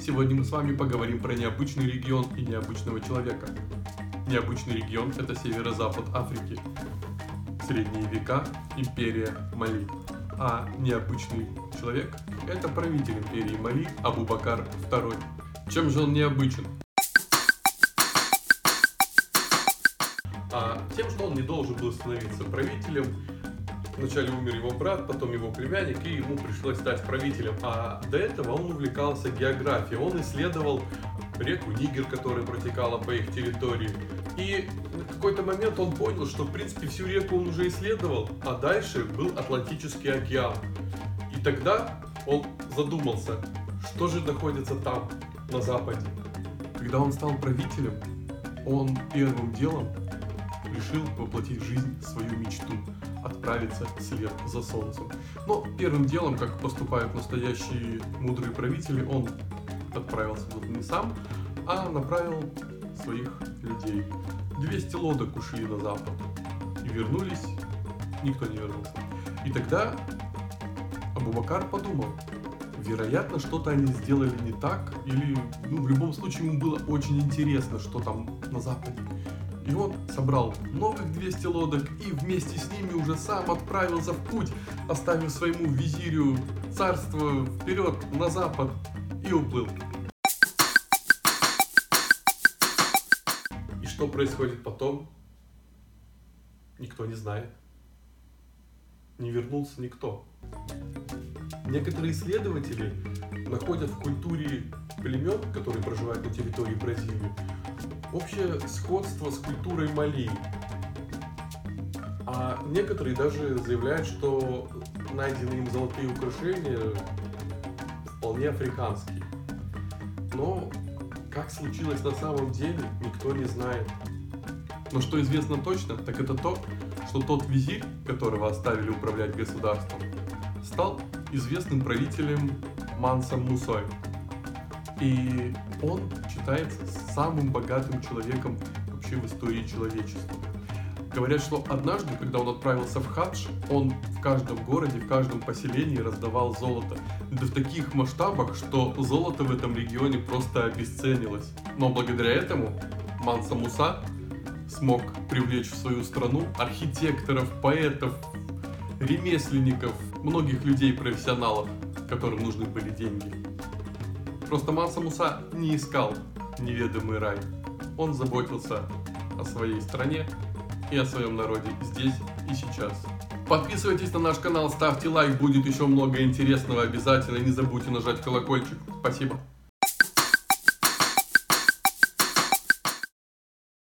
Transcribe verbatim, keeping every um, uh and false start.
Сегодня мы с вами поговорим про необычный регион и необычного человека. Необычный регион – это северо-запад Африки. Средние века – империя Мали. А необычный человек – это правитель империи Мали Абубакар второй. Чем же он необычен? А тем, что он не должен был становиться правителем. Вначале умер его брат, потом его племянник, и ему пришлось стать правителем. А до этого он увлекался географией. Он исследовал реку Нигер, которая протекала по их территории. И на какой-то момент он понял, что в принципе всю реку он уже исследовал, а дальше был Атлантический океан. И тогда он задумался, что же находится там, на западе. Когда он стал правителем, он первым делом решил воплотить в жизнь свою мечту – отправиться вслед за солнцем. Но первым делом, как поступают настоящие мудрые правители, он отправился вот не сам, а направил своих людей. двести лодок ушли на запад и вернулись, никто не вернулся. И тогда Абубакар подумал, вероятно, что-то они сделали не так, или ну, в любом случае ему было очень интересно, что там на западе. И он собрал новых двести лодок и вместе с ними уже сам отправился в путь, оставив своему визирю царство вперед на запад и уплыл. И что происходит потом, никто не знает. Не вернулся никто. Некоторые исследователи находят в культуре племен, которые проживают на территории Бразилии, общее сходство с культурой Мали. А некоторые даже заявляют, что найденные им золотые украшения вполне африканские. Но как случилось на самом деле, никто не знает. Но что известно точно, так это то, что тот визирь, которого оставили управлять государством, стал известным правителем Мансом Мусой. И он считается самым богатым человеком вообще в истории человечества. Говорят, что однажды, когда он отправился в хадж, он в каждом городе, в каждом поселении раздавал золото. Да в таких масштабах, что золото в этом регионе просто обесценилось. Но благодаря этому Манса Муса смог привлечь в свою страну архитекторов, поэтов, ремесленников, многих людей-профессионалов, которым нужны были деньги. Просто Манса Муса не искал неведомый рай. Он заботился о своей стране и о своем народе здесь и сейчас. Подписывайтесь на наш канал, ставьте лайк, будет еще много интересного обязательно. Не забудьте нажать колокольчик. Спасибо.